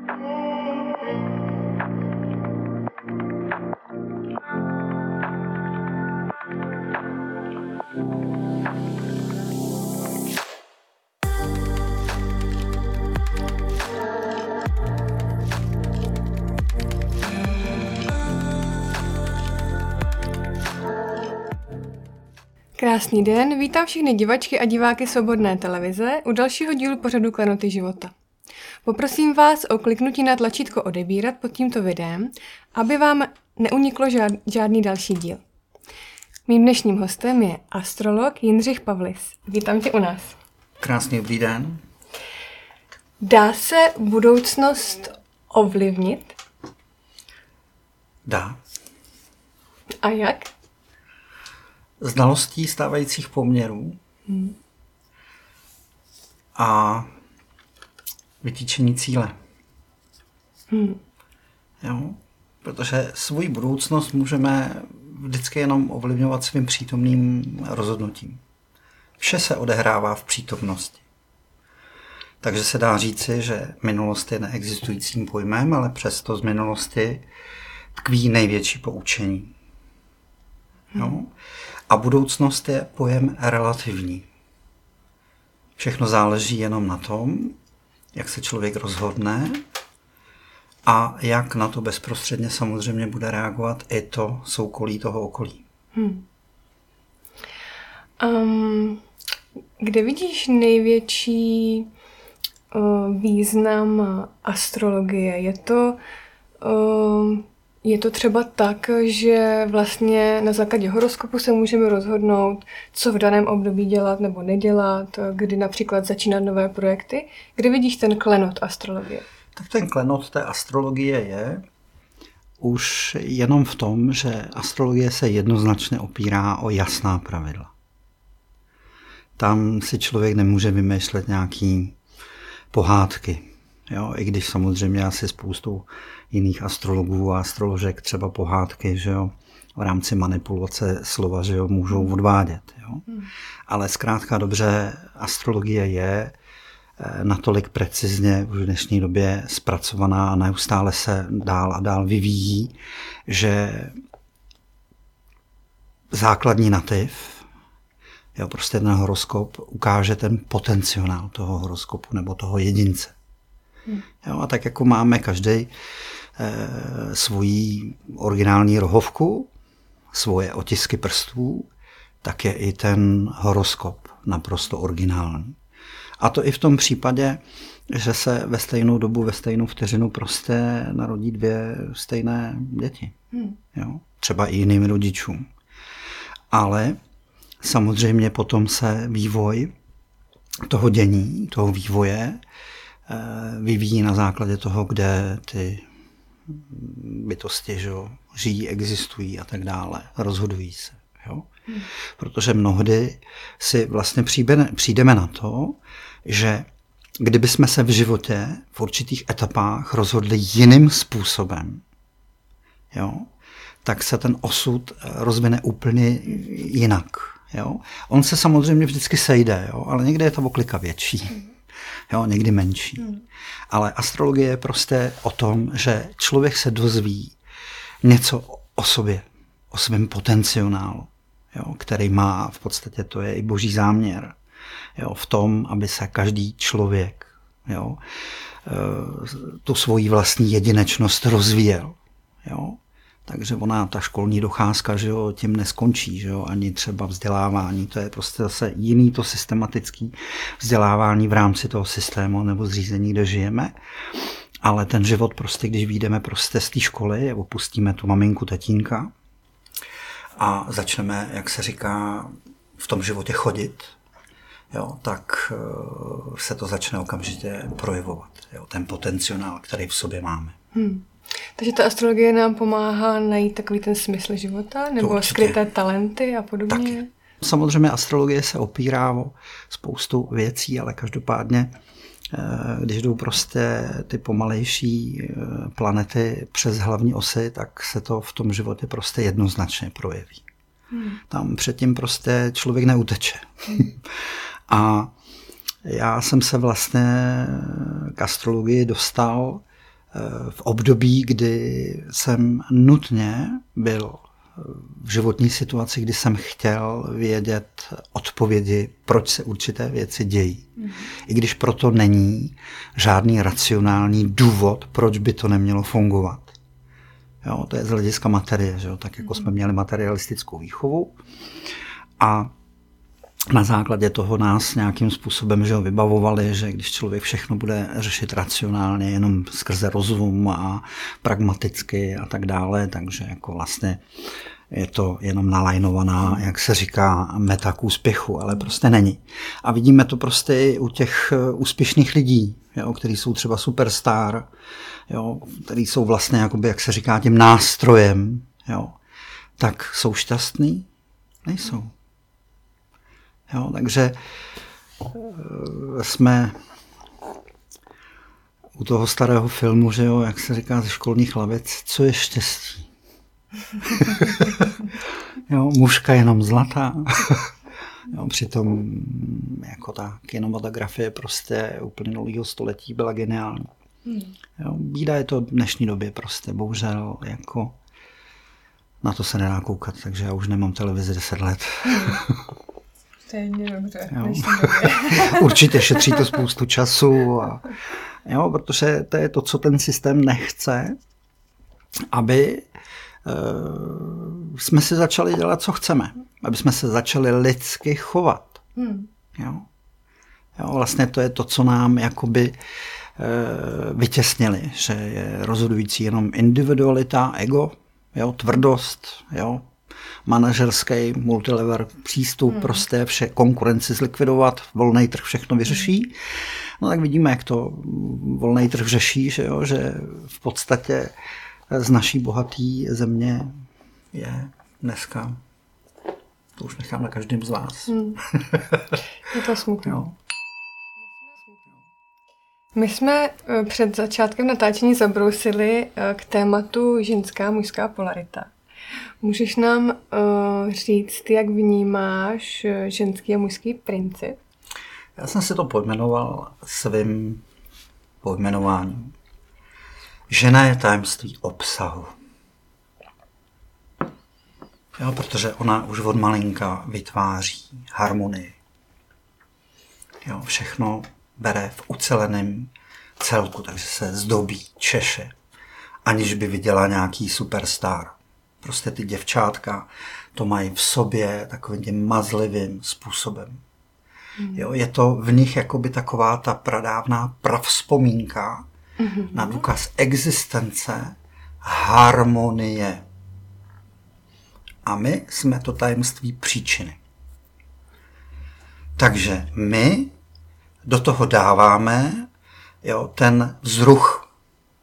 Krásný den, vítám všechny divačky a diváky Svobodné televize u dalšího dílu pořadu Klenoty života. Poprosím vás o kliknutí na tlačítko odebírat pod tímto videem, aby vám neuniklo žádný další díl. Mým dnešním hostem je astrolog Jindřich Pavlis. Vítám tě u nás. Krásný dobrý den. Dá se budoucnost ovlivnit? Dá. A jak? Znalostí stávajících poměrů a vytýčení cíle. Jo? Protože svou budoucnost můžeme vždycky jenom ovlivňovat svým přítomným rozhodnutím. Vše se odehrává v přítomnosti. Takže se dá říci, že minulost je neexistujícím pojmem, ale přesto z minulosti tkví největší poučení. Jo? A budoucnost je pojem relativní. Všechno záleží jenom na tom, jak se člověk rozhodne a jak na to bezprostředně samozřejmě bude reagovat i to soukolí toho okolí. Kde vidíš největší význam astrologie? Je to třeba tak, že vlastně na základě horoskopu se můžeme rozhodnout, co v daném období dělat nebo nedělat, kdy například začínat nové projekty. Kde vidíš ten klenot astrologie? Tak ten klenot té astrologie je už jenom v tom, že astrologie se jednoznačně opírá o jasná pravidla. Tam si člověk nemůže vymýšlet nějaký pohádky. Jo, i když samozřejmě asi spoustu jiných astrologů a astroložek třeba pohádky, že jo, v rámci manipulace slova, že jo, můžou odvádět. Jo. Ale zkrátka dobře, astrologie je natolik precizně v dnešní době zpracovaná a neustále se dál a dál vyvíjí, že základní nativ, jo, prostě ten horoskop ukáže ten potenciál toho horoskopu nebo toho jedince. Jo, a tak jako máme každý svoji originální rohovku, svoje otisky prstů, tak je i ten horoskop naprosto originální. A to i v tom případě, že se ve stejnou dobu, ve stejnou vteřinu prostě narodí dvě stejné děti. Jo, třeba i jiným rodičům. Ale samozřejmě potom se vývoj toho dění, toho vývoje vyvíjí na základě toho, kde ty bytosti, že jo, žijí, existují a tak dále, rozhodují se. Jo? Protože mnohdy si vlastně přijdeme na to, že kdyby jsme se v životě v určitých etapách rozhodli jiným způsobem, jo, tak se ten osud rozvine úplně jinak. Jo? On se samozřejmě vždycky sejde, jo? Ale někde je ta oklika větší. Jo, někdy menší. Ale astrologie je prostě o tom, že člověk se dozví něco o sobě, o svém potenciálu, jo, který má, v podstatě to je i boží záměr, jo, v tom, aby se každý člověk, jo, tu svoji vlastní jedinečnost rozvíjel. Jo. Takže ona, ta školní docházka, že jo, tím neskončí, že jo, ani třeba vzdělávání, to je prostě zase jiný to systematický vzdělávání v rámci toho systému nebo zřízení, kde žijeme. Ale ten život prostě, když vyjdeme prostě z té školy, opustíme tu maminku, tatínka a začneme, jak se říká, v tom životě chodit, jo, tak se to začne okamžitě projevovat, jo, ten potenciál, který v sobě máme. Takže ta astrologie nám pomáhá najít takový ten smysl života nebo skryté talenty a podobně? Taky. Samozřejmě astrologie se opírá o spoustu věcí, ale každopádně, když jdou prostě ty pomalejší planety přes hlavní osy, tak se to v tom životě prostě jednoznačně projeví. Tam předtím prostě člověk neuteče. A já jsem se vlastně k astrologii dostal v období, kdy jsem nutně byl v životní situaci, kdy jsem chtěl vědět odpovědi, proč se určité věci dějí. I když proto není žádný racionální důvod, proč by to nemělo fungovat. Jo, to je z hlediska materie, že jo? Tak jako jsme měli materialistickou výchovu a na základě toho nás nějakým způsobem, že ho vybavovali, že když člověk všechno bude řešit racionálně, jenom skrze rozum a pragmaticky a tak dále, takže jako vlastně je to jenom nalajnovaná, jak se říká, meta k úspěchu, ale prostě není. A vidíme to prostě i u těch úspěšných lidí, jo, kteří jsou třeba superstar, jo, kteří jsou vlastně, jakoby, jak se říká, tím nástrojem, jo, tak jsou šťastní? Nejsou. Jo, takže jsme u toho starého filmu, že jo, jak se říká ze školních lavic, co je štěstí? Jo, mužka jenom zlatá. Jo, přitom jako ta kinematografie prostě uplynulého století byla geniální. Jo, bída je to v dnešní době prostě, bohužel, jako na to se nedá koukat, takže já už nemám televizi 10 let. Stejně dobře. Určitě šetří to spoustu času. A, jo, protože to je to, co ten systém nechce, aby jsme si začali dělat, co chceme. Aby jsme se začali lidsky chovat. Jo. Jo, vlastně to je to, co nám jakoby vytěsnili, že je rozhodující jenom individualita, ego, jo, tvrdost, jo, manažerský multilevel přístup, prostě vše konkurenci zlikvidovat, volný trh všechno vyřeší. No tak vidíme, jak to volný trh řeší, že v podstatě z naší bohatý země je dneska, to už nechám na každém z vás. Je to smutné. My jsme před začátkem natáčení zabrousili k tématu ženská mužská polarita. Můžeš nám říct, jak vnímáš ženský a mužský princip? Já jsem si to pojmenoval svým pojmenováním. Žena je tajemství obsahu. Jo, protože ona už od malinka vytváří harmonii. Jo, všechno bere v uceleném celku, takže se zdobí, češe, aniž by viděla nějaký superstar. Prostě ty děvčátka to mají v sobě takovým tím mazlivým způsobem. Jo, je to v nich jakoby taková ta pradávná pravzpomínka na důkaz existence harmonie. A my jsme to tajemství příčiny. Takže my do toho dáváme, jo, ten vzruch.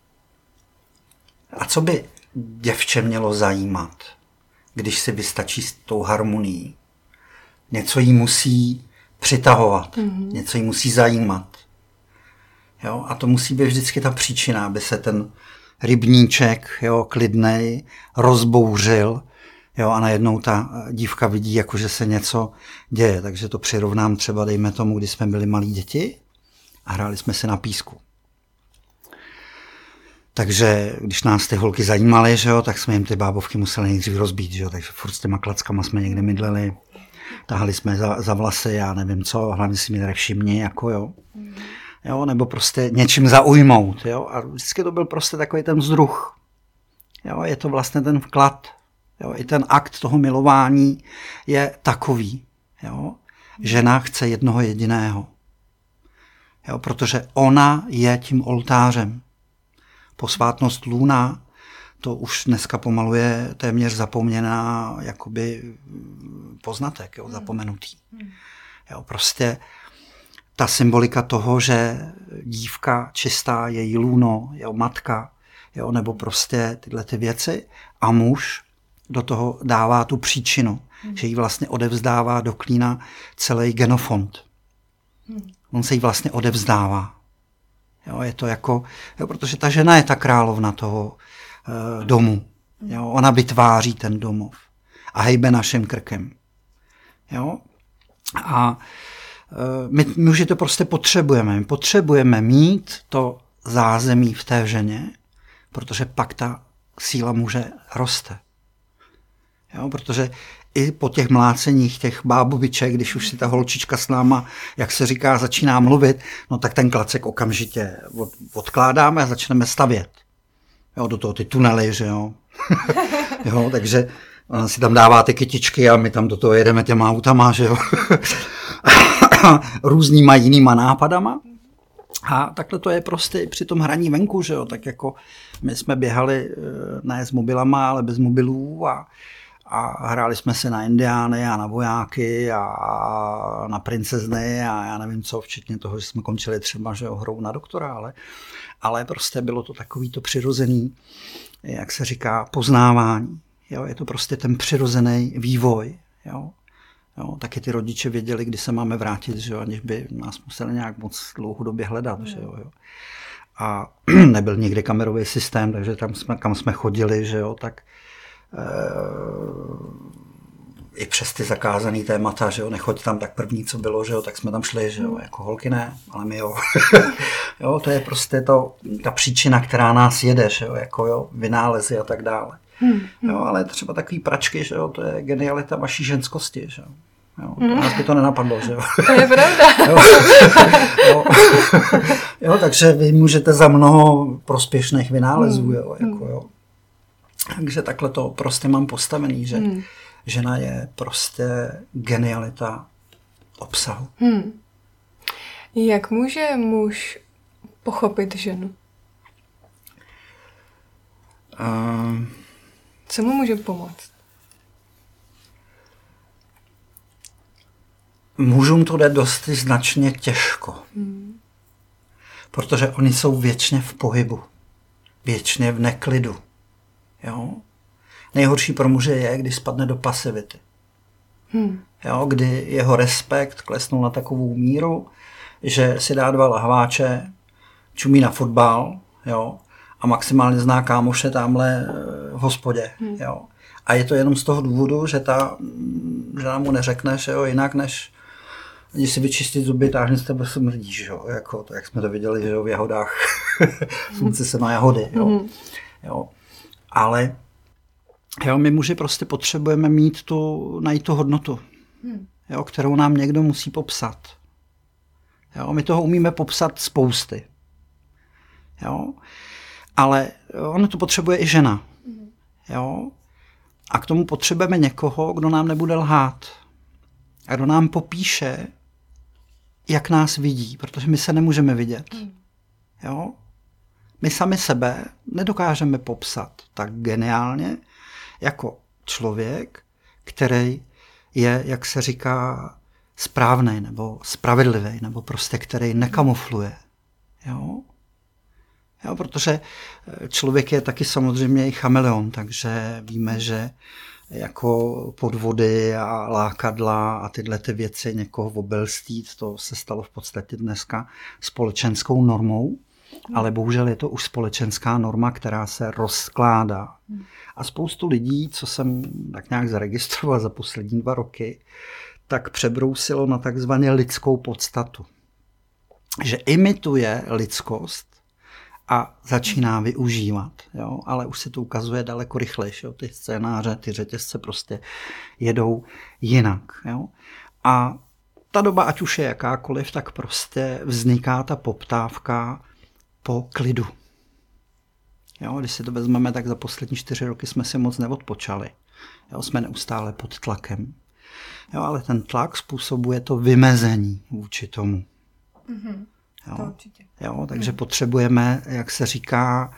A co by děvče mělo zajímat, když si vystačí s tou harmonií? Něco jí musí přitahovat, něco jí musí zajímat. Jo, a to musí být vždycky ta příčina, aby se ten rybníček, jo, klidnej, rozbouřil, jo, a najednou ta dívka vidí, jako že se něco děje. Takže to přirovnám třeba, dejme tomu, když jsme byli malí děti a hráli jsme se na písku. Takže když nás ty holky zajímaly, že jo, tak jsme jim ty bábovky museli nejdřív rozbít, že jo, takže furt s těma klackama jsme někde mydleli, tahali jsme za vlasy, já nevím co, hlavně si mi tady všimni, jako jo. Jo, nebo prostě něčím zaujmout, jo, a vždycky to byl prostě takový ten vzruch. Jo, je to vlastně ten vklad, jo, i ten akt toho milování je takový, jo. Žena chce jednoho jediného, jo, protože ona je tím oltářem. Posvátnost lůna, to už dneska pomalu je téměř zapomněná jakoby poznatek, jo, zapomenutý. Jo, prostě ta symbolika toho, že dívka čistá, její lůno, jo, matka, jo, nebo prostě tyhle ty věci a muž do toho dává tu příčinu, že jí vlastně odevzdává do klína celý genofond. On se jí vlastně odevzdává. Jo, je to jako, jo, protože ta žena je ta královna toho domu. Jo, ona vytváří ten domov a hejbe naším krkem. Jo? A my už to prostě potřebujeme. My potřebujeme mít to zázemí v té ženě, protože pak ta síla muže roste. Jo, protože i po těch mláceních těch báboviček, když už si ta holčička s náma, jak se říká, začíná mluvit, no tak ten klacek okamžitě odkládáme a začneme stavět. Jo, do toho ty tunely, že jo. Jo, takže ona si tam dává ty kytičky a my tam do toho jedeme těma autama, že jo. Různýma jinýma nápadama. A takhle to je prostě při tom hraní venku, že jo. Tak jako my jsme běhali ne s mobilama, ale bez mobilů a hráli jsme se na indiány a na vojáky a na princezny a já nevím co, včetně toho, že jsme končili třeba že hrou na doktora, ale prostě bylo to takový to přirozený, jak se říká, poznávání. Jo, je to prostě ten přirozený vývoj. Jo. Jo, taky ty rodiče věděli, kdy se máme vrátit, že jo, aniž by nás museli nějak moc dlouhodobě hledat. Že jo. A nebyl nikdy kamerový systém, takže tam kam jsme chodili, že jo, tak i přes ty zakázané témata, že jo, nechoď tam, tak první, co bylo, že jo, tak jsme tam šli, že jo, jako holky ne, ale my jo. Jo, to je prostě ta příčina, která nás jede, že jo, jako jo, vynálezy a tak dále. Jo, ale třeba takový pračky, že jo, to je genialita vaší ženskosti, že jo. Jo, nás by to nenapadlo, že jo. To je pravda. Jo, jo, takže vy můžete za mnoho prospěšných vynálezů, jo, jako jo. Takže takhle to prostě mám postavený, že žena je prostě genialita obsahu. Jak může muž pochopit ženu? Co mu může pomoct? Mužům to jde dosti značně těžko. Protože oni jsou věčně v pohybu. Věčně v neklidu. Jo? Nejhorší pro muže je, když spadne do pasivity. Jo? Kdy jeho respekt klesnul na takovou míru, že si dá 2 lahváče, čumí na fotbal, jo? A maximálně zná kámoše tamhle v hospodě. Jo? A je to jenom z toho důvodu, že ta žena mu neřekne, že jo, jinak než když si vyčistit zuby, táhne z tebe smrdíš, jo? Jako to, jak jsme to viděli, že jo, v jahodách. Slunce se na jahody. Jo? Jo? Ale jo, my muži prostě potřebujeme mít najít tu hodnotu, jo, kterou nám někdo musí popsat. Jo, my toho umíme popsat spousty. Jo? Ale ono to potřebuje i žena. Jo? A k tomu potřebujeme někoho, kdo nám nebude lhát. A kdo nám popíše, jak nás vidí, protože my se nemůžeme vidět. Jo? My sami sebe nedokážeme popsat tak geniálně jako člověk, který je, jak se říká, správnej nebo spravedlivý, nebo prostě který nekamufluje. Jo? Jo, protože člověk je taky samozřejmě i chameleon, takže víme, že jako podvody a lákadla a tyhle ty věci někoho obelstít, to se stalo v podstatě dneska společenskou normou, ale bohužel je to už společenská norma, která se rozkládá. A spoustu lidí, co jsem tak nějak zaregistroval za poslední 2 roky, tak přebrousilo na takzvaně lidskou podstatu. Že imituje lidskost a začíná využívat. Jo? Ale už se to ukazuje daleko rychlejší. Jo? Ty scénáře, ty řetězce prostě jedou jinak. Jo? A ta doba, ať už je jakákoliv, tak prostě vzniká ta poptávka po klidu. Jo? Když si to vezmeme, tak za poslední 4 roky jsme si moc neodpočali. Jo? Jsme neustále pod tlakem. Jo? Ale ten tlak způsobuje to vymezení vůči tomu. Jo? To určitě. Jo, takže potřebujeme, jak se říká,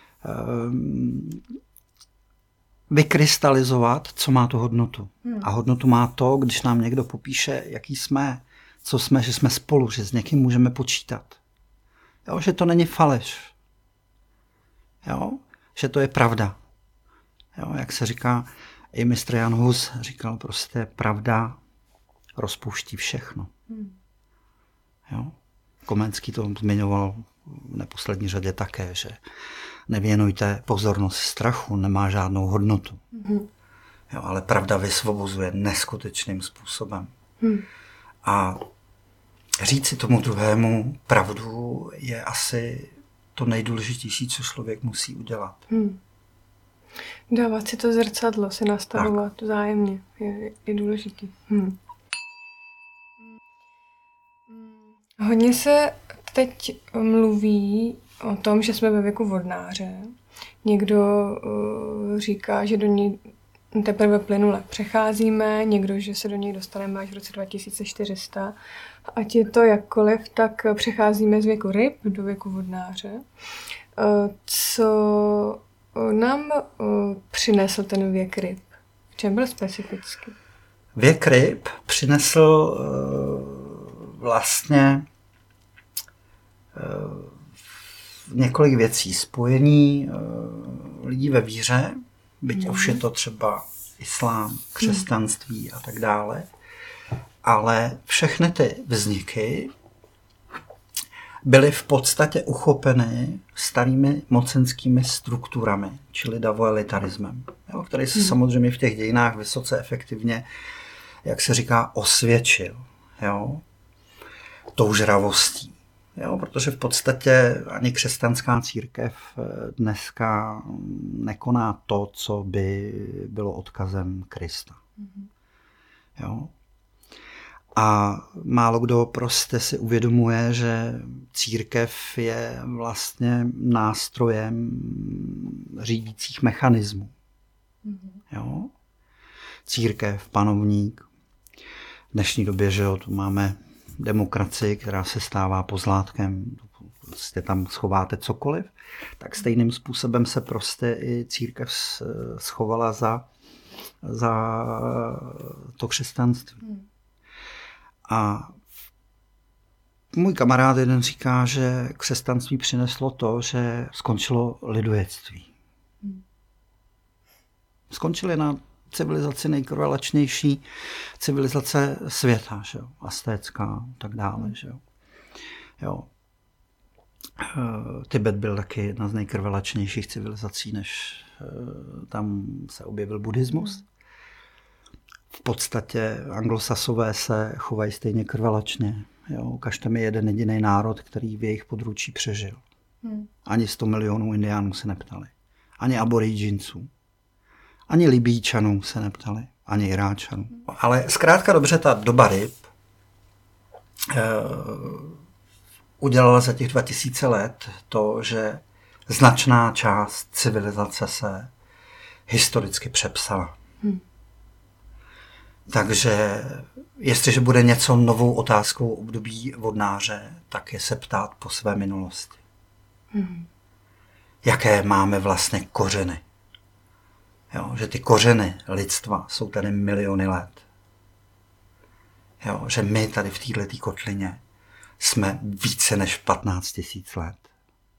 vykrystalizovat, co má tu hodnotu. A hodnotu má to, když nám někdo popíše, jaký jsme, co jsme, že jsme spolu, že s někým můžeme počítat. Jo, že to není faleš. Jo, že to je pravda. Jo, jak se říká, i mistr Jan Hus říkal prostě, pravda rozpouští všechno. Jo. Komenský to zmiňoval v neposlední řadě také, že nevěnujte pozornost strachu, nemá žádnou hodnotu. Jo, ale pravda vysvobozuje neskutečným způsobem. A říct si tomu druhému pravdu je asi to nejdůležitější, co člověk musí udělat. Dávat si to zrcadlo, se nastavovat vzájemně je důležitý. Hodně se teď mluví o tom, že jsme ve věku vodnáře. Někdo říká, že do něj teprve plynule přecházíme, někdo, že se do něj dostaneme až v roce 2400. Ať je to jakkoliv, tak přecházíme z věku ryb do věku vodnáře. Co nám přinesl ten věk ryb? V čem byl specifický? Věk ryb přinesl vlastně několik věcí. Spojení lidí ve víře, byť už je to třeba islám, křesťanství a tak dále, ale všechny ty vzniky byly v podstatě uchopeny starými mocenskými strukturami, čili davoelitarismem, který se samozřejmě v těch dějinách vysoce efektivně, jak se říká, osvědčil. Tou žravostí. Protože v podstatě ani křesťanská církev dneska nekoná to, co by bylo odkazem Krista. A málo kdo prostě si uvědomuje, že církev je vlastně nástrojem řídících mechanismů. Církev, panovník. V dnešní době, že tu máme demokracii, která se stává pozlátkem, prostě tam schováte cokoliv, tak stejným způsobem se prostě i církev schovala za to křesťanství. A můj kamarád jeden říká, že křesťanství přineslo to, že skončilo lidujectví. Skončili na civilizaci nejkrvelačnější civilizace světa, že jo? Astécká a tak dále. Že jo? Tibet byl taky jedna z nejkrvelačnějších civilizací, než tam se objevil buddhismus. V podstatě anglosasové se chovají stejně krvelačně. Jo? Ukažte mi jeden jediný národ, který v jejich područí přežil. Ani 100 milionů Indiánů se neptali. Ani aboriginců. Ani Libýčanů se neptali, ani Iráčanů. Ale zkrátka dobře ta doba ryb udělala za těch 2000 let to, že značná část civilizace se historicky přepsala. Takže jestliže bude něco novou otázkou období vodnáře, tak je se ptát po své minulosti. Jaké máme vlastně kořeny. Že ty kořeny lidstva jsou tady miliony let. Že my tady v této kotlině jsme více než 15 000 let.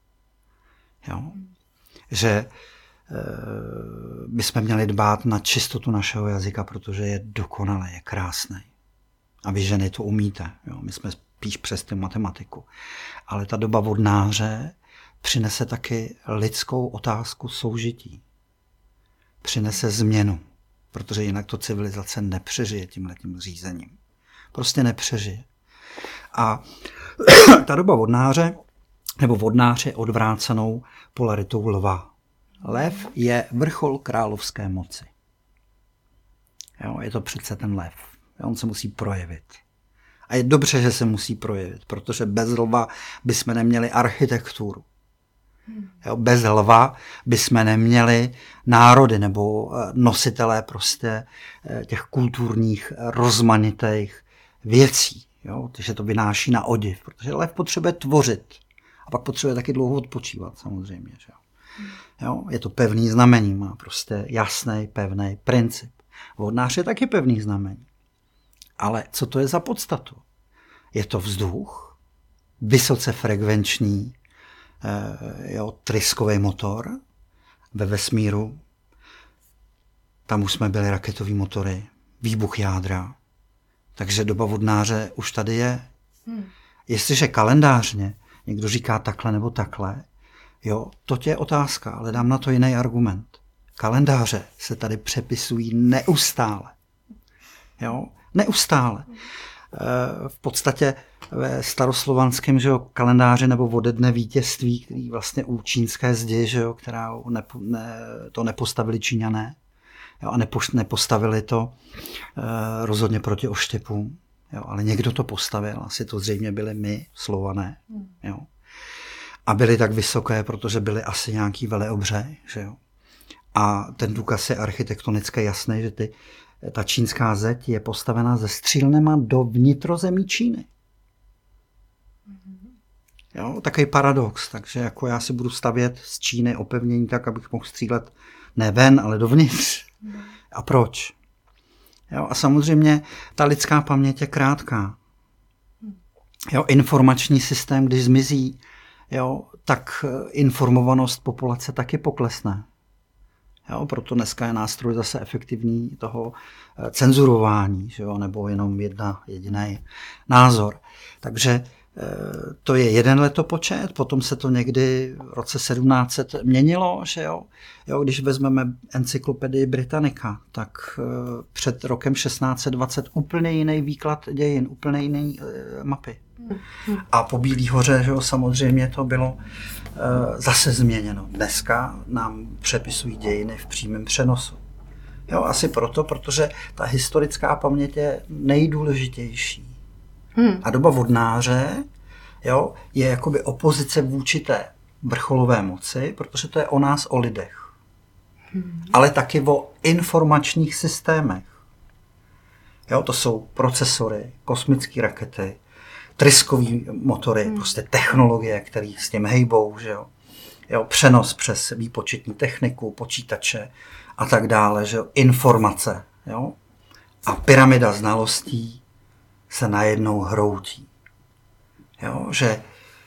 Že bychom měli dbát na čistotu našeho jazyka, protože je dokonalý, je krásný. A vy ženy to umíte. My jsme spíš přes tu matematiku. Ale ta doba vodnáře přinese taky lidskou otázku soužití. Přinese změnu, protože jinak to civilizace nepřežije tímhletím řízením. Prostě nepřežije. A ta doba vodnáře, nebo vodnář je odvrácenou polaritou lva. Lev je vrchol královské moci. Je to přece ten lev. On se musí projevit. A je dobře, že se musí projevit, protože bez lva bychom neměli architekturu. Bez lva bychom neměli národy nebo nositelé prostě těch kulturních rozmanitých věcí. Takže to vynáší na odiv, protože lev potřebuje tvořit a pak potřebuje taky dlouho odpočívat samozřejmě. Je to pevný znamení, má prostě jasný, pevný princip. Vodnář je taky pevný znamení. Ale co to je za podstatu? Je to vzduch, vysoce frekvenční, tryskový motor ve vesmíru. Tam už jsme byli raketový motory, výbuch jádra. Takže doba vodnáře už tady je. Jestliže kalendářně někdo říká takhle nebo takhle, to je otázka, ale dám na to jiný argument. Kalendáře se tady přepisují neustále. Neustále. V podstatě ve staroslovanském, že jo, kalendáři nebo ode dne vítězství, který vlastně u čínské zdi, že jo, která to nepostavili Číňané, jo, a nepostavili to rozhodně proti oštěpům, jo, ale někdo to postavil, asi to zřejmě byli my, Slované, jo. A byly tak vysoké, protože byly asi nějaký veleobře, že jo. A ten důkaz je architektonicky jasný, že ta čínská zeď je postavená ze střílnema do vnitrozemí Číny. Jo, takový paradox. Takže jako já si budu stavět z Číny opevnění tak, abych mohl střílet ne ven, ale dovnitř. A proč? Jo, a samozřejmě ta lidská paměť je krátká. Jo, informační systém, když zmizí, jo, tak informovanost populace taky poklesne. Jo, proto dneska je nástroj zase efektivní toho cenzurování, že jo, nebo jenom jediný názor. Takže to je jeden letopočet, potom se to někdy v roce 1700 měnilo, že jo. Jo, když vezmeme encyklopedii Britannica, tak před rokem 1620 úplně jiný výklad dějin, úplně jiný mapy. A po Bílý hoře, že jo, samozřejmě to bylo zase změněno. Dneska nám přepisují dějiny v přímém přenosu. Jo, asi proto, protože ta historická paměť je nejdůležitější. A doba vodnáře, jo, je jakoby opozice vůči té vrcholové moci, protože to je o nás, o lidech. Ale taky o informačních systémech. Jo, to jsou procesory, kosmické rakety, tryskový motory, prostě technologie, které s tím hejbou, že jo. Jo, přenos přes výpočetní techniku, počítače a tak dále, že jo, informace, jo. A pyramida znalostí se najednou hroutí. Jo, že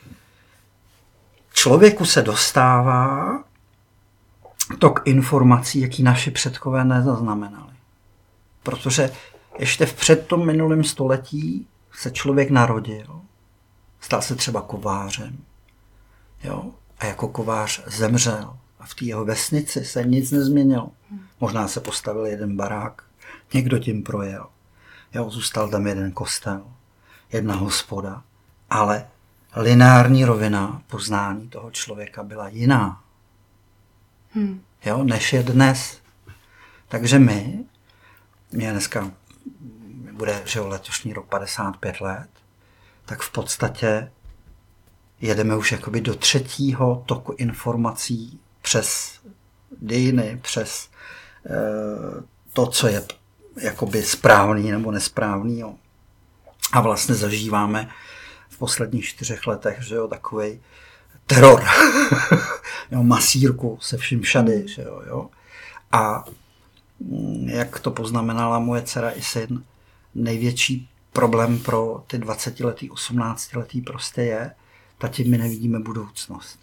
člověku se dostává tok informací, jaký naši předkové nezaznamenali. Protože ještě v před tom minulém století se člověk narodil, stal se třeba kovářem, jo, a jako kovář zemřel. A v té jeho vesnici se nic nezměnilo. Možná se postavil jeden barák, někdo tím projel. Jo, zůstal tam jeden kostel, jedna hospoda, ale lineární rovina poznání toho člověka byla jiná, jo, než je dnes. Takže mě dneska bude, že letošní rok 55 let, tak v podstatě jedeme už jakoby do třetího toku informací přes dějiny, přes to, co je jakoby správný nebo nesprávný. Jo. A vlastně zažíváme v posledních 4 letech, že jo, takovej teror, jo, masírku se vším všady, že jo, jo. A jak to poznamenala moje dcera i syn, největší problém pro ty 20letý, 18letý prostě je, tati, my nevidíme budoucnost.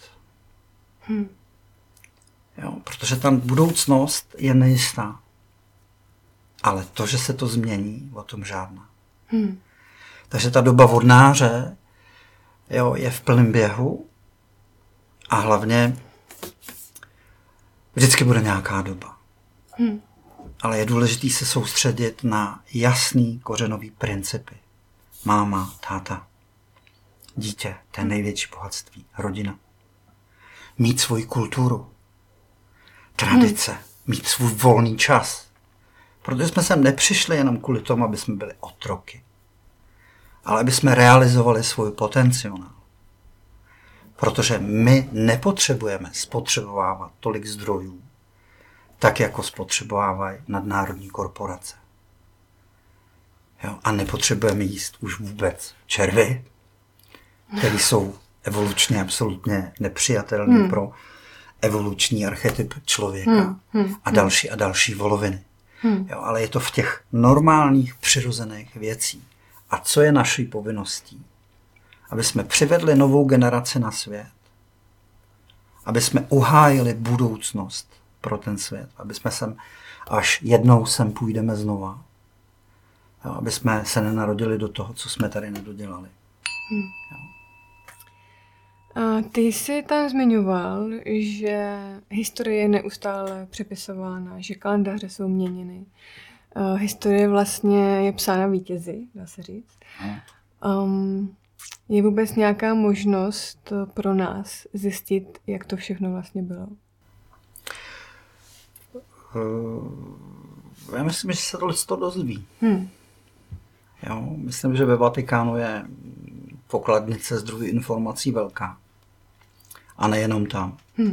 Jo, protože ta budoucnost je nejistá. Ale to, že se to změní, o tom žádná. Takže ta doba vodnáře, jo, je v plném běhu a hlavně vždycky bude nějaká doba. Ale je důležité se soustředit na jasný kořenový principy. Máma, táta, dítě, to je největší bohatství, rodina. Mít svoji kulturu, tradice, mít svůj volný čas. Protože jsme sem nepřišli jenom kvůli tomu, aby jsme byli otroky, ale aby jsme realizovali svůj potenciál. Protože my nepotřebujeme spotřebovávat tolik zdrojů, tak jako spotřebovávají nadnárodní korporace. Jo? A nepotřebujeme jíst už vůbec červy, které jsou evolučně absolutně nepřijatelné pro evoluční archetyp člověka a další voloviny. Jo? Ale je to v těch normálních přirozených věcí. A co je naší povinností? Aby jsme přivedli novou generaci na svět. Aby jsme uhájili budoucnost pro ten svět. Aby jsme sem, až jednou sem půjdeme znova. Jo, aby jsme se nenarodili do toho, co jsme tady nedodělali. Jo. A ty jsi tam zmiňoval, že historie je neustále přepisována, že kalendáře jsou měněny. Historie vlastně je psána vítězi, dá se říct. Je vůbec nějaká možnost pro nás zjistit, jak to všechno vlastně bylo? Já myslím, že se to lidstvo dozví. Jo, myslím, že ve Vatikánu je pokladnice zdrojů informací velká. A nejenom tam.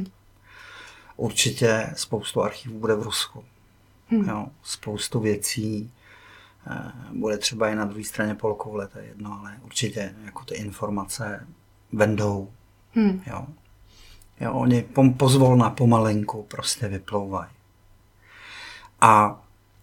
Určitě spoustu archivů bude v Rusku. Jo, spoustu věcí bude třeba i na druhé straně polkoule, to je jedno, ale určitě jako ty informace vendou. Jo. Jo, oni pozvolna, pomalinku prostě vyplouvají. A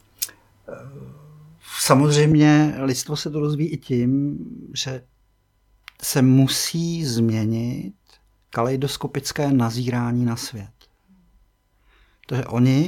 samozřejmě lidstvo se to rozvíjí i tím, že se musí změnit kaleidoskopické nazírání na svět. Protože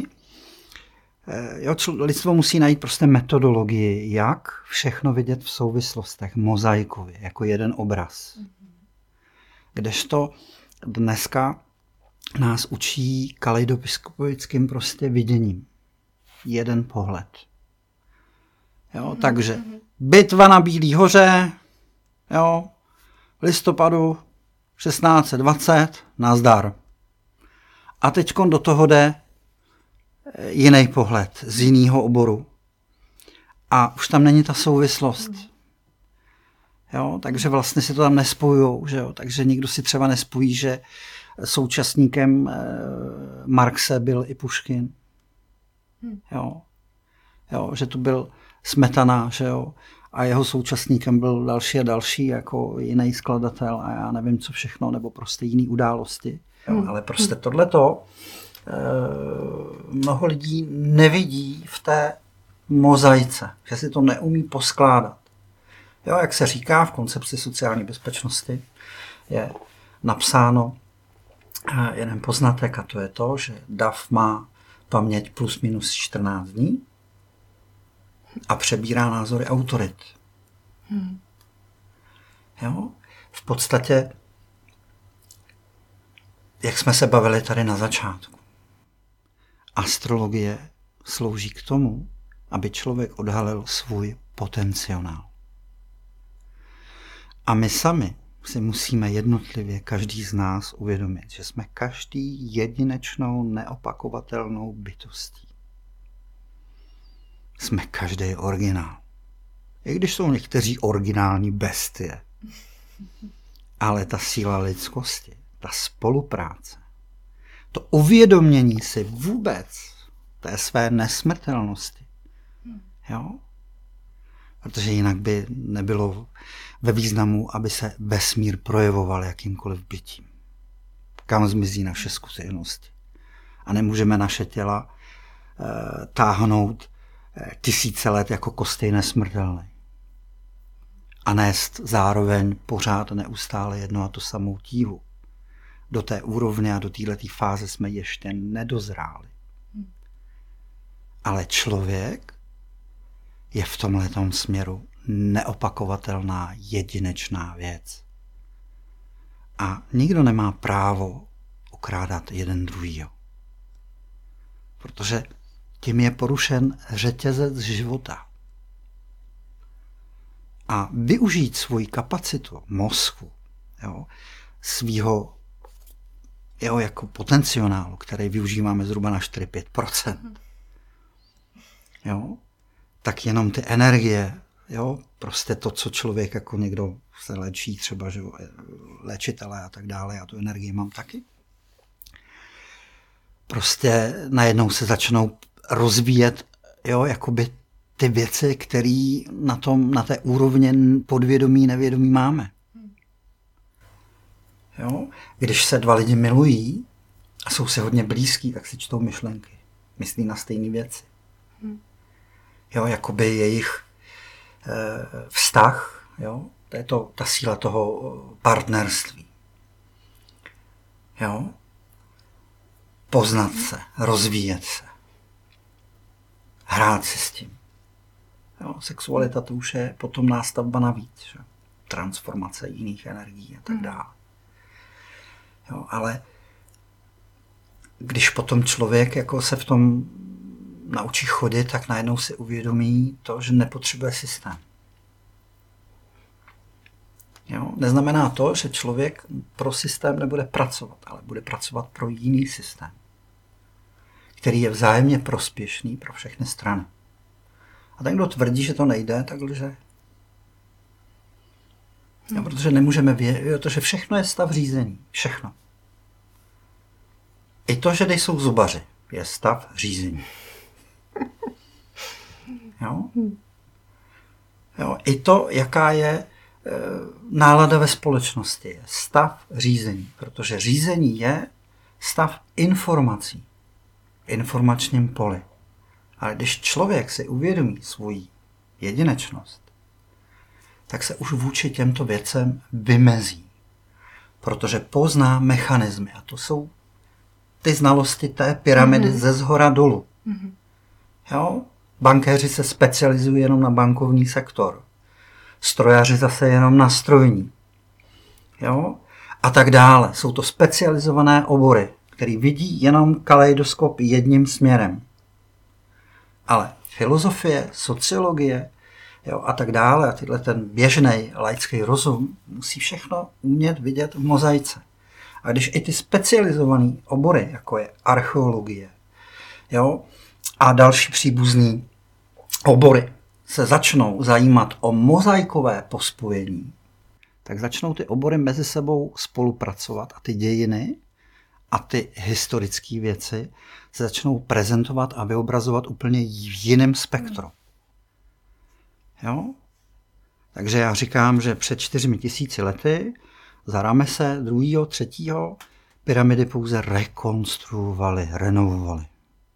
lidstvo musí najít prostě metodologii, jak všechno vidět v souvislostech, mozaikově, jako jeden obraz. Kdežto dneska nás učí kaleidoskopickým prostě viděním. Jeden pohled. Jo, takže bitva na Bílý hoře, jo, v listopadu 1620, nazdar. A teďkon do toho jde jiný pohled z jiného oboru. A už tam není ta souvislost. Jo, takže vlastně si to tam nespojujou. Že jo? Takže nikdo si třeba nespojí, že současníkem Marxe byl i Puškin. Jo. Jo, že tu byl Smetana, že jo? A jeho současníkem byl další a další, jako jiný skladatel a já nevím co všechno, nebo prostě jiný události. Jo, ale prostě tohleto mnoho lidí nevidí v té mozaice, že si to neumí poskládat. Jo, jak se říká v koncepci sociální bezpečnosti, je napsáno jeden poznatek a to je to, že dav má paměť plus minus 14 dní a přebírá názory autorit. Jo? V podstatě, jak jsme se bavili tady na začátku, astrologie slouží k tomu, aby člověk odhalil svůj potenciál. A my sami si musíme jednotlivě, každý z nás, uvědomit, že jsme každý jedinečnou, neopakovatelnou bytostí. Jsme každý originál. I když jsou někteří originální bestie. Ale ta síla lidskosti, ta spolupráce, to uvědomění si vůbec té své nesmrtelnosti. Jo? Protože jinak by nebylo ve významu, aby se vesmír projevoval jakýmkoliv bytím. Kam zmizí naše zkušenosti. A nemůžeme naše těla táhnout tisíce let jako kostej nesmrtelný. A nést zároveň pořád neustále jedno a to samou tíhu. Do té úrovně a do této fáze jsme ještě nedozráli. Ale člověk je v tomhletom směru neopakovatelná jedinečná věc. A nikdo nemá právo okrádat jeden druhýho. Protože tím je porušen řetězec života. A využít svoji kapacitu mozku, jo, svýho jako potenciálu, který využíváme zhruba na 4-5%, jo, tak jenom ty energie, jo, prostě to, co člověk jako někdo se léčí, třeba že léčitelé a tak dále, já tu energii mám taky. Prostě najednou se začnou rozvíjet, jo, jakoby ty věci, které na té úrovni podvědomí, nevědomí máme. Jo? Když se dva lidi milují a jsou si hodně blízký, tak si čtou myšlenky. Myslí na stejné věci. Jo, jakoby jejich vztah, jo? To je ta síla toho partnerství. Jo? Poznat se, rozvíjet se. Hrát si s tím. Jo, sexualita to už je potom nástavba navíc. Že? Transformace jiných energií a tak dále. Jo, ale když potom člověk jako se v tom naučí chodit, tak najednou si uvědomí to, že nepotřebuje systém. Jo? Neznamená to, že člověk pro systém nebude pracovat, ale bude pracovat pro jiný systém, který je vzájemně prospěšný pro všechny strany. A ten, kdo tvrdí, že to nejde, tak lže. Jo, protože nemůžeme vědět, protože všechno je stav řízení. Všechno. I to, že nejsou zubaři, je stav řízení. Jo? Jo, i to, jaká je nálada ve společnosti, je stav řízení. Protože řízení je stav informací v informačním poli. Ale když člověk si uvědomí svoji jedinečnost, tak se už vůči těmto věcem vymezí. Protože pozná mechanismy. A to jsou ty znalosti té pyramidy ze zhora dolů. Jo? Bankéři se specializují jenom na bankovní sektor. Strojaři zase jenom na strojní. Jo? A tak dále. Jsou to specializované obory, které vidí jenom kaleidoskop jedním směrem. Ale filozofie, sociologie, jo, a tak dále, a tyhle ten běžný laický rozum musí všechno umět vidět v mozaice. A když i ty specializované obory, jako je archeologie, jo, a další příbuzný obory, se začnou zajímat o mozaikové pospojení, tak začnou ty obory mezi sebou spolupracovat a ty dějiny a ty historické věci se začnou prezentovat a vyobrazovat úplně v jiném spektru. Jo? Takže já říkám, že před 4000 lety za Ramese II., III. Pyramidy pouze rekonstruovali, renovovali.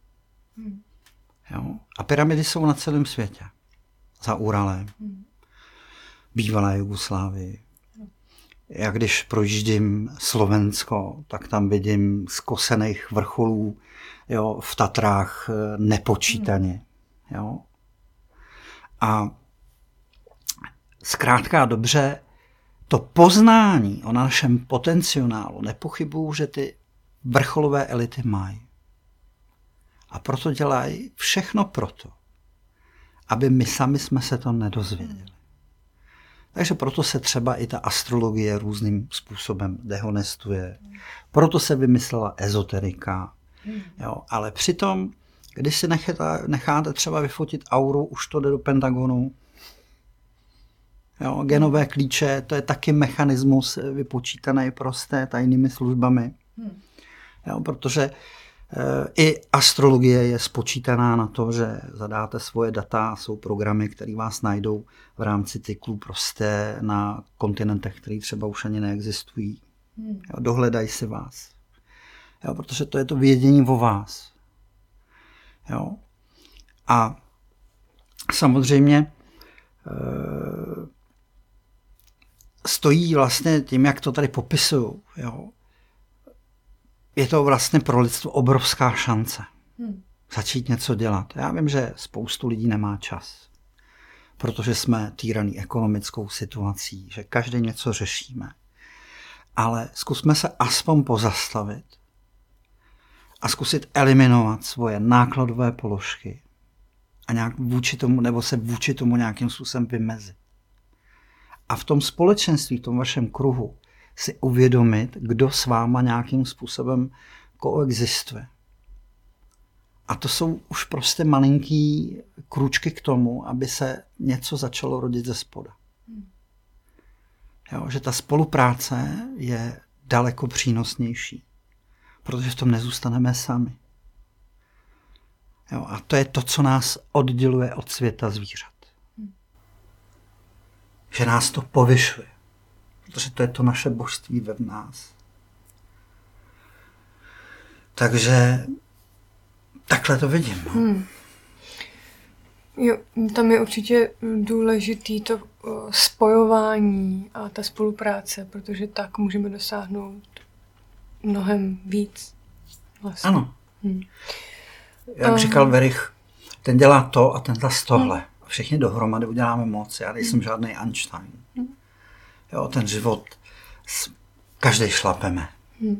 Jo? A pyramidy jsou na celém světě. Za Uralem, bývalé Jugoslávii. Já když projíždím Slovensko, tak tam vidím skosených vrcholů, jo, v Tatrách nepočítaně. Jo. A zkrátka dobře, to poznání o našem potenciálu nepochybuju, že ty vrcholové elity mají. A proto dělají všechno proto, aby my sami jsme se to nedozvěděli. Takže proto se třeba i ta astrologie různým způsobem dehonestuje. Proto se vymyslela ezoterika. Jo, ale přitom, když si necháte třeba vyfotit auru, už to jde do Pentagonu. Jo, genové klíče, to je taky mechanismus vypočítaný prosté tajnými službami. Jo, protože i astrologie je spočítaná na to, že zadáte svoje data, jsou programy, které vás najdou v rámci cyklů prosté na kontinentech, které třeba už ani neexistují. Jo, dohledají si vás. Jo, protože to je to vědění o vás. Jo. A samozřejmě stojí vlastně tím, jak to tady popisuju. Jo. Je to vlastně pro lidstvo obrovská šance začít něco dělat. Já vím, že spoustu lidí nemá čas, protože jsme týraný ekonomickou situací, že každý něco řešíme. Ale zkusme se aspoň pozastavit a zkusit eliminovat svoje nákladové položky a nějak vůči tomu, nebo se vůči tomu nějakým způsobem vymezit. A v tom společenství, v tom vašem kruhu si uvědomit, kdo s váma nějakým způsobem koexistuje. A to jsou už prostě malinký krůčky k tomu, aby se něco začalo rodit ze spoda. Jo, že ta spolupráce je daleko přínosnější, protože v tom nezůstaneme sami. Jo, a to je to, co nás odděluje od světa zvířat. Že nás to povyšuje. Protože to je to naše božství ve nás. Takže takhle to vidím. No. Jo, tam je určitě důležitý to spojování a ta spolupráce, protože tak můžeme dosáhnout mnohem víc. Vlastně. Ano. Jak říkal Verich, ten dělá to a ten zas tohle. A všichni dohromady uděláme moc. Já nejsem žádný Einstein. Jo, ten život každý šlapeme.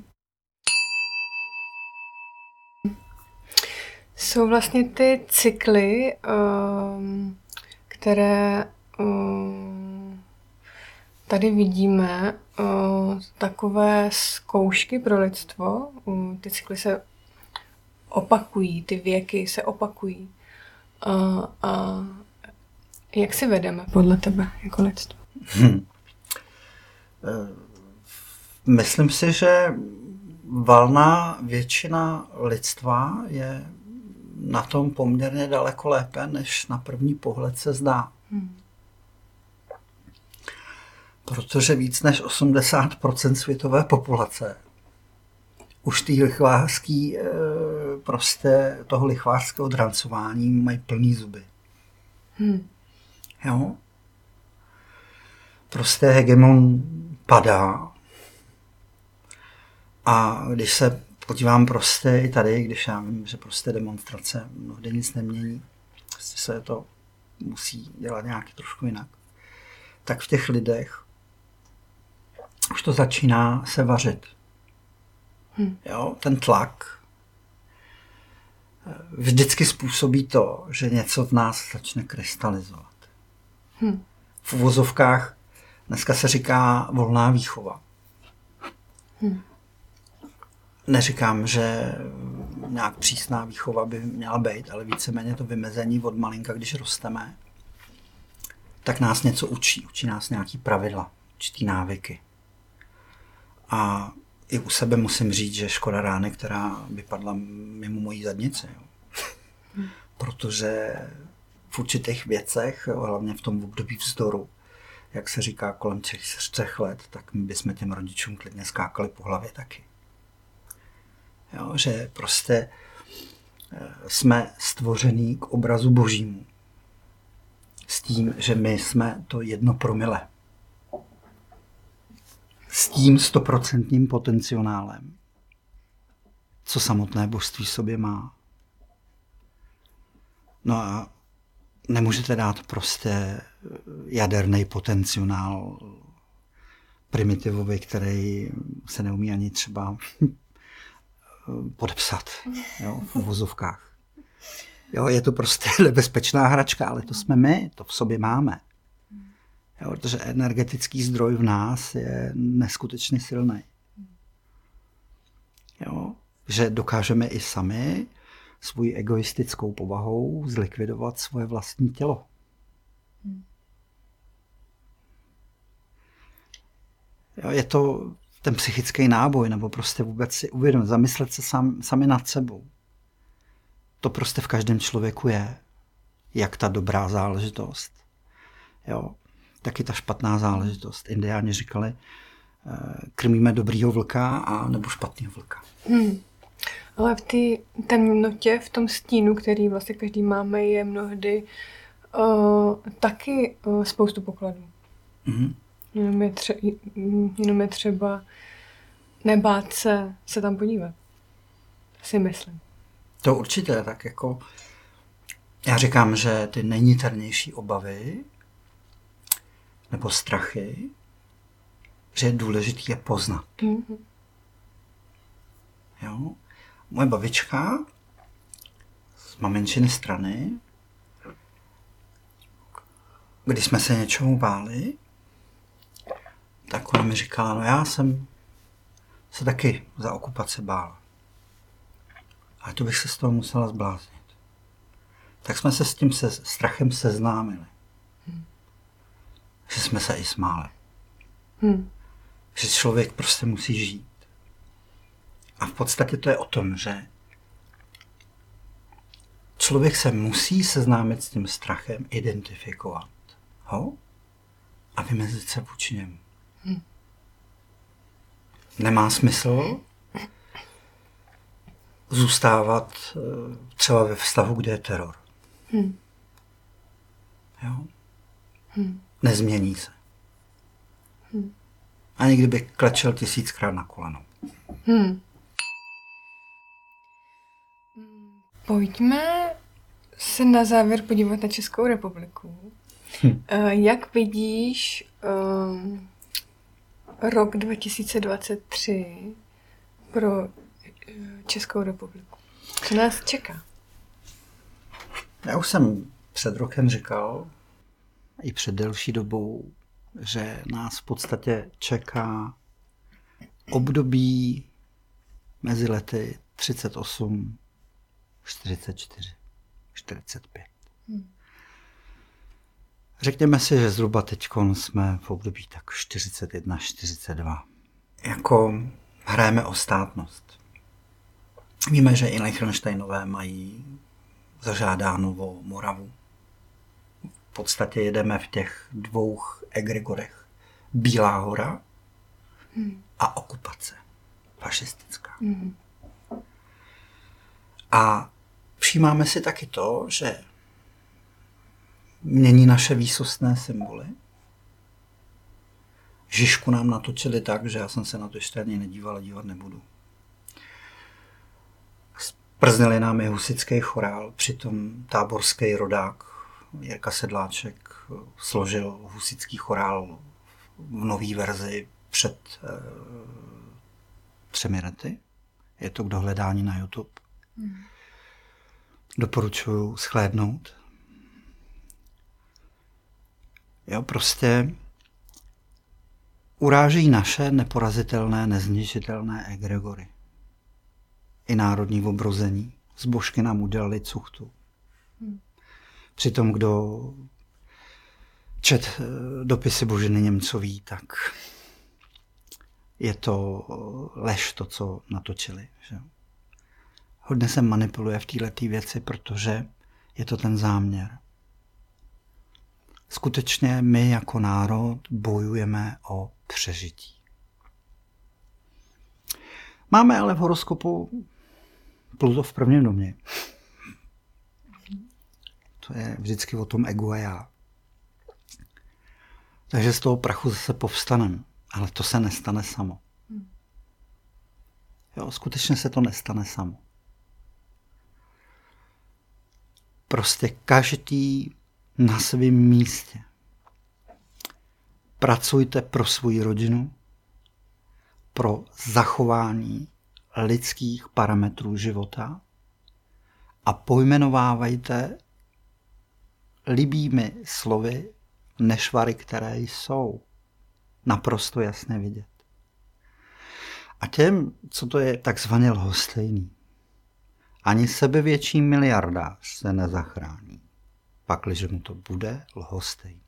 Jsou vlastně ty cykly, které tady vidíme takové zkoušky pro lidstvo. Ty cykly se opakují, ty věky se opakují. A jak si vedeme podle tebe jako lidstvo? Myslím si, že valná většina lidstva je na tom poměrně daleko lépe, než na první pohled se zdá. Protože víc než 80% světové populace už toho lichvářského drancování mají plný zuby. Jo? Prostě hegemon padá. A když se podívám prostě i tady, když já vím, že prostě demonstrace mnohdy nic nemění, prostě se to musí dělat nějak trošku jinak, tak v těch lidech už to začíná se vařit. Jo, ten tlak vždycky způsobí to, že něco v nás začne krystalizovat. V uvozovkách dneska se říká volná výchova. Neříkám, že nějak přísná výchova by měla být, ale víceméně to vymezení od malinka, když rosteme, tak nás něco učí. Učí nás nějaký pravidla, určitý návyky. A i u sebe musím říct, že škoda rány, která vypadla mimo mojí zadnici. Jo. Protože v určitých věcech, hlavně v tom období vzdoru, jak se říká kolem 3 let, tak my bychom těm rodičům klidně skákali po hlavě taky. Jo, že prostě jsme stvoření k obrazu božímu. S tím, že my jsme to 1 promile. S tím 100% potenciálem, co samotné božství v sobě má. No a nemůžete dát prostě jaderný potenciál primitivovi, který se neumí ani třeba podepsat, jo, v uvozovkách. Jo, je to prostě nebezpečná hračka, ale to jsme my, to v sobě máme. Jo, protože energetický zdroj v nás je neskutečně silný. Jo, že dokážeme i sami svou egoistickou povahou zlikvidovat svoje vlastní tělo. Jo, je to ten psychický náboj, nebo prostě vůbec si uvědomit, zamyslet se sami nad sebou. To prostě v každém člověku je, jak ta dobrá záležitost. Jo, taky ta špatná záležitost. Indiáni říkali, krmíme dobrýho vlka a nebo špatného vlka. Ale v té temnotě, v tom stínu, který vlastně každý máme, je mnohdy taky spoustu pokladů. Jenom je třeba nebát se tam podívat. Si myslím. To určitě, tak jako já říkám, že ty nejniternější obavy nebo strachy, že je důležité je poznat. Jo? Moje babička z maminčiny strany, když jsme se něčeho báli, tak ona mi říkala, no já jsem se taky za okupace bála. Ale to bych se z toho musela zbláznit. Tak jsme se s tím strachem seznámili. Že jsme se i smáli. Že člověk prostě musí žít. A v podstatě to je o tom, že člověk se musí seznámit s tím strachem, identifikovat ho a vymezit se vůči němu. Nemá smysl zůstávat třeba ve vztahu, kde je teror. Jo? Nezmění se. Ani kdyby klečel 1000krát na koleno. Pojďme se na závěr podívat na Českou republiku. Jak vidíš rok 2023 pro Českou republiku? Co nás čeká? Já už jsem před rokem říkal, i před delší dobou, že nás v podstatě čeká období mezi lety 38, 44, 45. Řekněme si, že zhruba teď jsme v období tak 41, 42. Jako hrajeme o státnost. Víme, že i Liechtensteinové mají zažádáno o Moravu. V podstatě jedeme v těch dvou egregorech. Bílá hora a okupace. Fašistická. A všímáme si taky to, že mění naše výsostné symboly. Žižku nám natočili tak, že já jsem se na to ještě ani nedíval a dívat nebudu. Sprznili nám i husitský chorál, přitom táborský rodák Jirka Sedláček složil husitský chorál v nový verzi před 3 lety. Je to k dohledání na YouTube. Doporučuji shlédnout. Jo, prostě uráží naše neporazitelné, nezničitelné egregory. I národní obrození. Z Božky nám udělali cuchtu. Přitom, kdo čet dopisy Boženy Němcový, tak je to lež to, co natočili. Že? Hodně se manipuluje v této věci, protože je to ten záměr. Skutečně my jako národ bojujeme o přežití. Máme ale v horoskopu Pluto v prvním domě. To je vždycky o tom egu a já. Takže z toho prachu zase povstaneme. Ale to se nestane samo. Jo, skutečně se to nestane samo. Prostě každý na svém místě. Pracujte pro svou rodinu, pro zachování lidských parametrů života a pojmenovávajte libými slovy nešvary, které jsou naprosto jasně vidět. A těm, co to je takzvaně lhostejný, ani sebevětší miliardář se nezachrání, pakliže mu to bude lhostejný.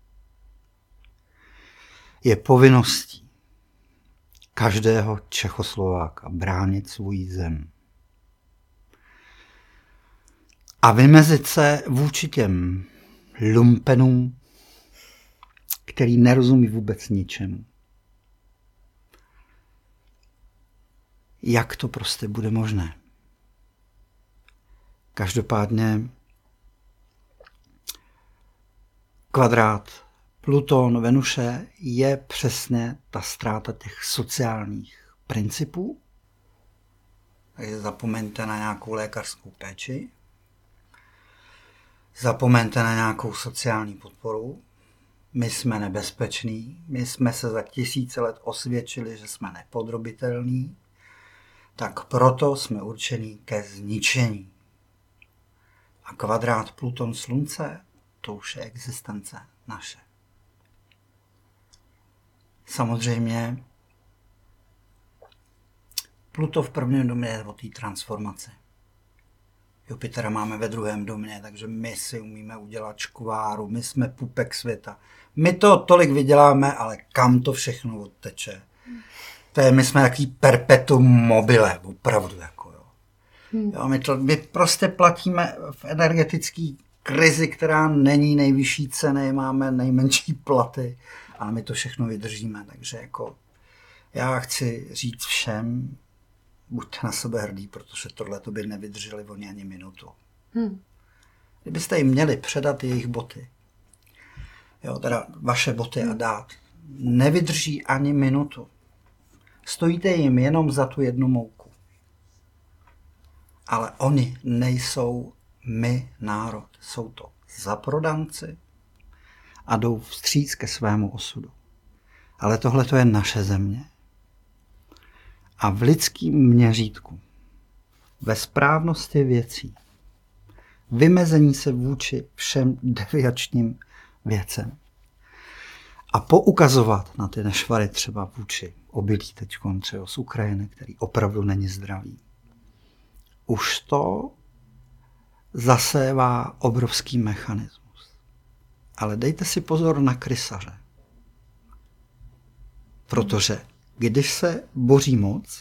Je povinností každého Čechoslováka bránit svůj zem a vymezit se vůči těm lumpenům, který nerozumí vůbec ničemu. Jak to prostě bude možné? Každopádně kvadrát Pluton, Venuše je přesně ta ztráta těch sociálních principů. Takže zapomeňte na nějakou lékařskou péči. Zapomeňte na nějakou sociální podporu. My jsme nebezpeční, my jsme se za 1000 let osvědčili, že jsme nepodrobitelní, tak proto jsme určení ke zničení. A kvadrát Pluton Slunce, to už je existence naše. Samozřejmě Pluto v prvním domě je o té transformaci. Jupitera máme ve druhém domě, takže my si umíme udělat škváru, my jsme pupek světa. My to tolik vyděláme, ale kam to všechno odteče? To je, my jsme takový perpetuum mobile, opravdu. Jako, jo. Jo, my prostě platíme v energetické krizi, která není nejvyšší ceny, máme nejmenší platy, ale my to všechno vydržíme. Takže jako, já chci říct všem, buďte na sebe hrdí, protože tohle to by nevydrželi oni ani minutu. Kdybyste jim měli předat jejich boty, jo, teda vaše boty a dát, nevydrží ani minutu. Stojíte jim jenom za tu jednu mouku. Ale oni nejsou my národ. Jsou to zaprodanci a jdou vstříc ke svému osudu. Ale tohle to je naše země. A v lidském měřítku, ve správnosti věcí, vymezení se vůči všem deviačním věcem a poukazovat na ty nešvary třeba vůči obilí teďkon třeba z Ukrajiny, který opravdu není zdravý. Už to zasévá obrovský mechanismus. Ale dejte si pozor na krysaře. Protože když se boří moc,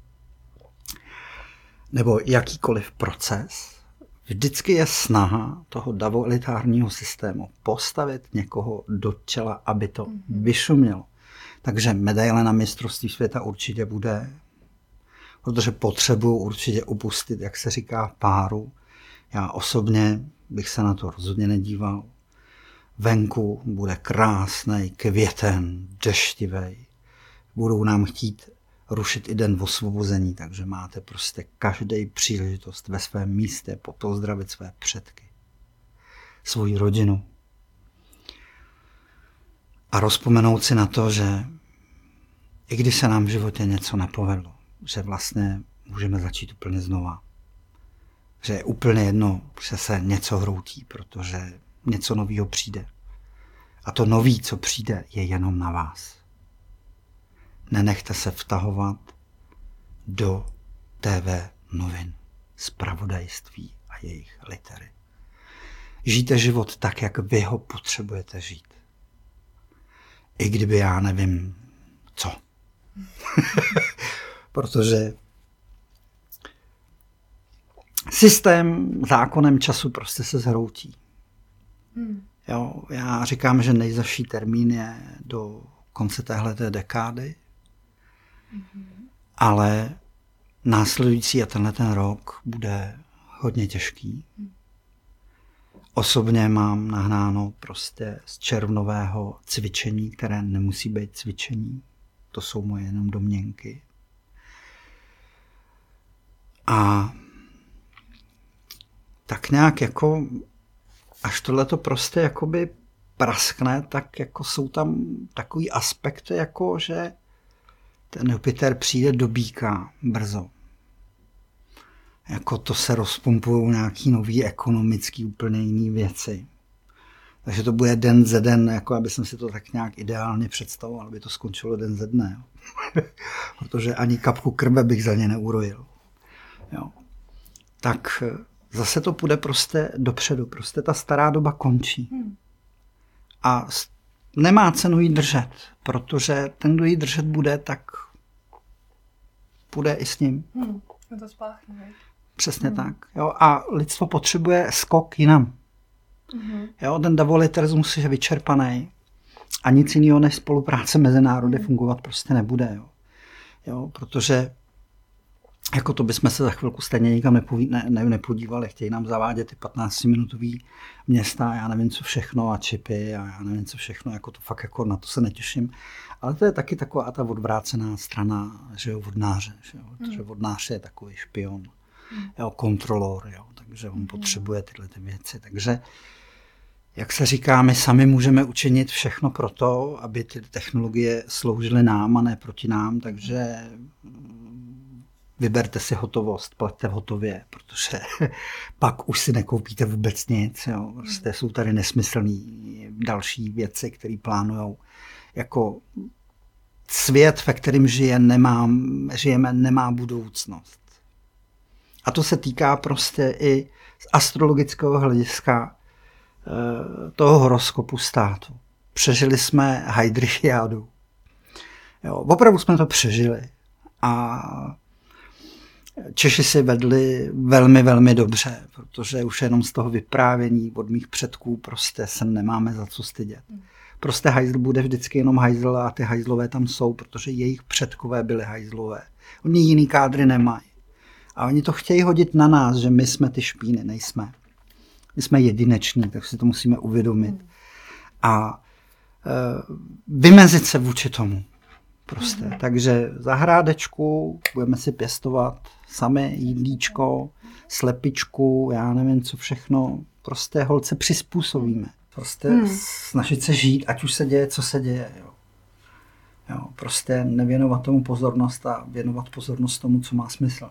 nebo jakýkoliv proces, vždycky je snaha toho davolitárního systému postavit někoho do čela, aby to vyšumělo. Takže medaile na mistrovství světa určitě bude, protože potřebuju určitě upustit, jak se říká, páru. Já osobně bych se na to rozhodně nedíval. Venku bude krásný květen, deštivej. Budou nám chtít rušit i den osvobození, takže máte prostě každý příležitost ve svém místě pozdravit své předky, svoji rodinu a rozpomenout si na to, že i když se nám v životě něco nepovedlo, že vlastně můžeme začít úplně znova. Že je úplně jedno, že se něco hroutí, protože něco nového přijde. A to nový, co přijde, je jenom na vás. Nenechte se vtahovat do TV novin, zpravodajství a jejich litery. Žijte život tak, jak vy ho potřebujete žít. I kdyby já nevím co. Protože systém zákonem času prostě se zhroutí. Jo, já říkám, že nejzazší termín je do konce téhleté dekády, ale následující a ten rok bude hodně těžký. Osobně mám nahnáno prostě z červnového cvičení, které nemusí být cvičení. To jsou moje jenom domněnky. A tak nějak jako, až tohleto prostě jakoby praskne, tak jako jsou tam takový aspekty, jako že ten Jupiter přijde do býka brzo. Jako to se rozpumpují nějaký nový ekonomický úplně jiný věci. Takže to bude den ze den, jako aby jsem si to tak nějak ideálně představoval, aby to skončilo den ze dne. Jo. Protože ani kapku krve bych za ně neurojil. Jo. Tak zase to půjde prostě dopředu. Prostě ta stará doba končí. A nemá cenu jí držet, protože ten, kdo jí držet bude, tak půjde i s ním. To spláchne. Přesně tak. Jo. A lidstvo potřebuje skok jinam. Jo, ten davolitarismus je vyčerpaný a nic jiného než spolupráce mezi národy fungovat prostě nebude. Jo, protože jako to bychom se za chvilku stejně nikam nepodívali. Chtějí nám zavádět ty 15-minutový města, já nevím co všechno a čipy a já nevím co všechno, jako to fakt jako na to se netěším. Ale to je taky taková ta odvrácená strana, že jo, vodnáře, že jo, protože vodnář je takový špion, jo, kontrolor, jo, takže on potřebuje tyhle ty věci. Takže jak se říká, my sami můžeme učinit všechno pro to, aby ty technologie sloužily nám a ne proti nám, takže vyberte si hotovost, plaťte hotově, protože pak už si nekoupíte vůbec nic. Jo. Prostě jsou tady nesmyslné další věci, které plánujou. Jako svět, ve kterém žijeme, nemá budoucnost. A to se týká prostě i z astrologického hlediska toho horoskopu státu. Přežili jsme Heidrichiádu. Jo, opravdu jsme to přežili. A Češi si vedli velmi, velmi dobře, protože už jenom z toho vyprávění od mých předků prostě se nemáme za co stydět. Prostě hajzl bude vždycky jenom hajzl a ty hajzlové tam jsou, protože jejich předkové byli hajzlové. Oni jiný kádry nemají. A oni to chtějí hodit na nás, že my jsme ty špíny, nejsme. My jsme jedineční, tak si to musíme uvědomit. A vymezit se vůči tomu. Prostě. Takže zahrádečku, budeme si pěstovat sami jídlíčko, slepičku, já nevím co všechno. Prostě holce přizpůsobíme. Prostě snažit se žít, ať už se děje, co se děje. Jo, prostě nevěnovat tomu pozornost a věnovat pozornost tomu, co má smysl.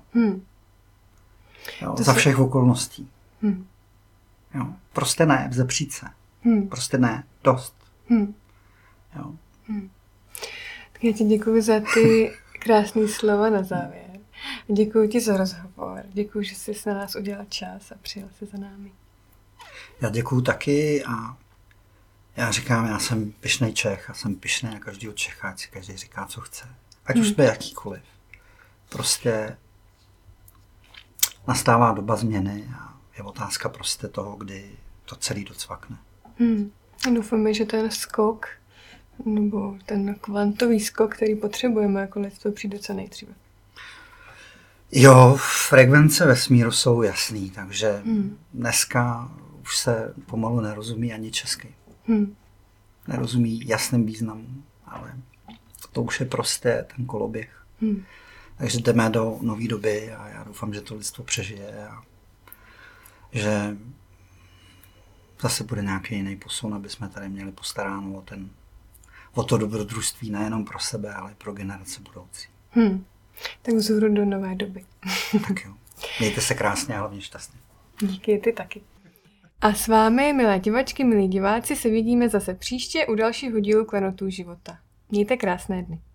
Jo, za všech okolností. Jo, prostě ne, vzepřít se. Prostě ne, dost. Jo. Tak já ti děkuji za ty krásné slova na závěr. Děkuji ti za rozhovor. Děkuji, že jsi na nás udělal čas a přijel se za námi. Já děkuji taky a já říkám, já jsem pyšnej Čech a jsem pyšnej na každýho Čecha, ať si každý říká, co chce. Ať už jsme jakýkoliv. Prostě nastává doba změny a je otázka prostě toho, kdy to celý docvakne. Doufáme, že ten skok, nebo ten kvantový skok, který potřebujeme jako lidstvo, přijde co nejdříve. Jo, frekvence vesmíru jsou jasný, takže dneska už se pomalu nerozumí ani česky. Nerozumí jasným významům, ale to už je prostě ten koloběh. Takže jdeme do nové doby a já doufám, že to lidstvo přežije a že zase bude nějaký jiný posun, aby jsme tady měli postaráno o to dobrodružství nejenom pro sebe, ale i pro generace budoucí. Tak vzhůru do nové doby. Tak jo. Mějte se krásně a hlavně šťastně. Díky, ty taky. A s vámi, milé divačky, milí diváci, se vidíme zase příště u dalšího dílu Klenotů života. Mějte krásné dny.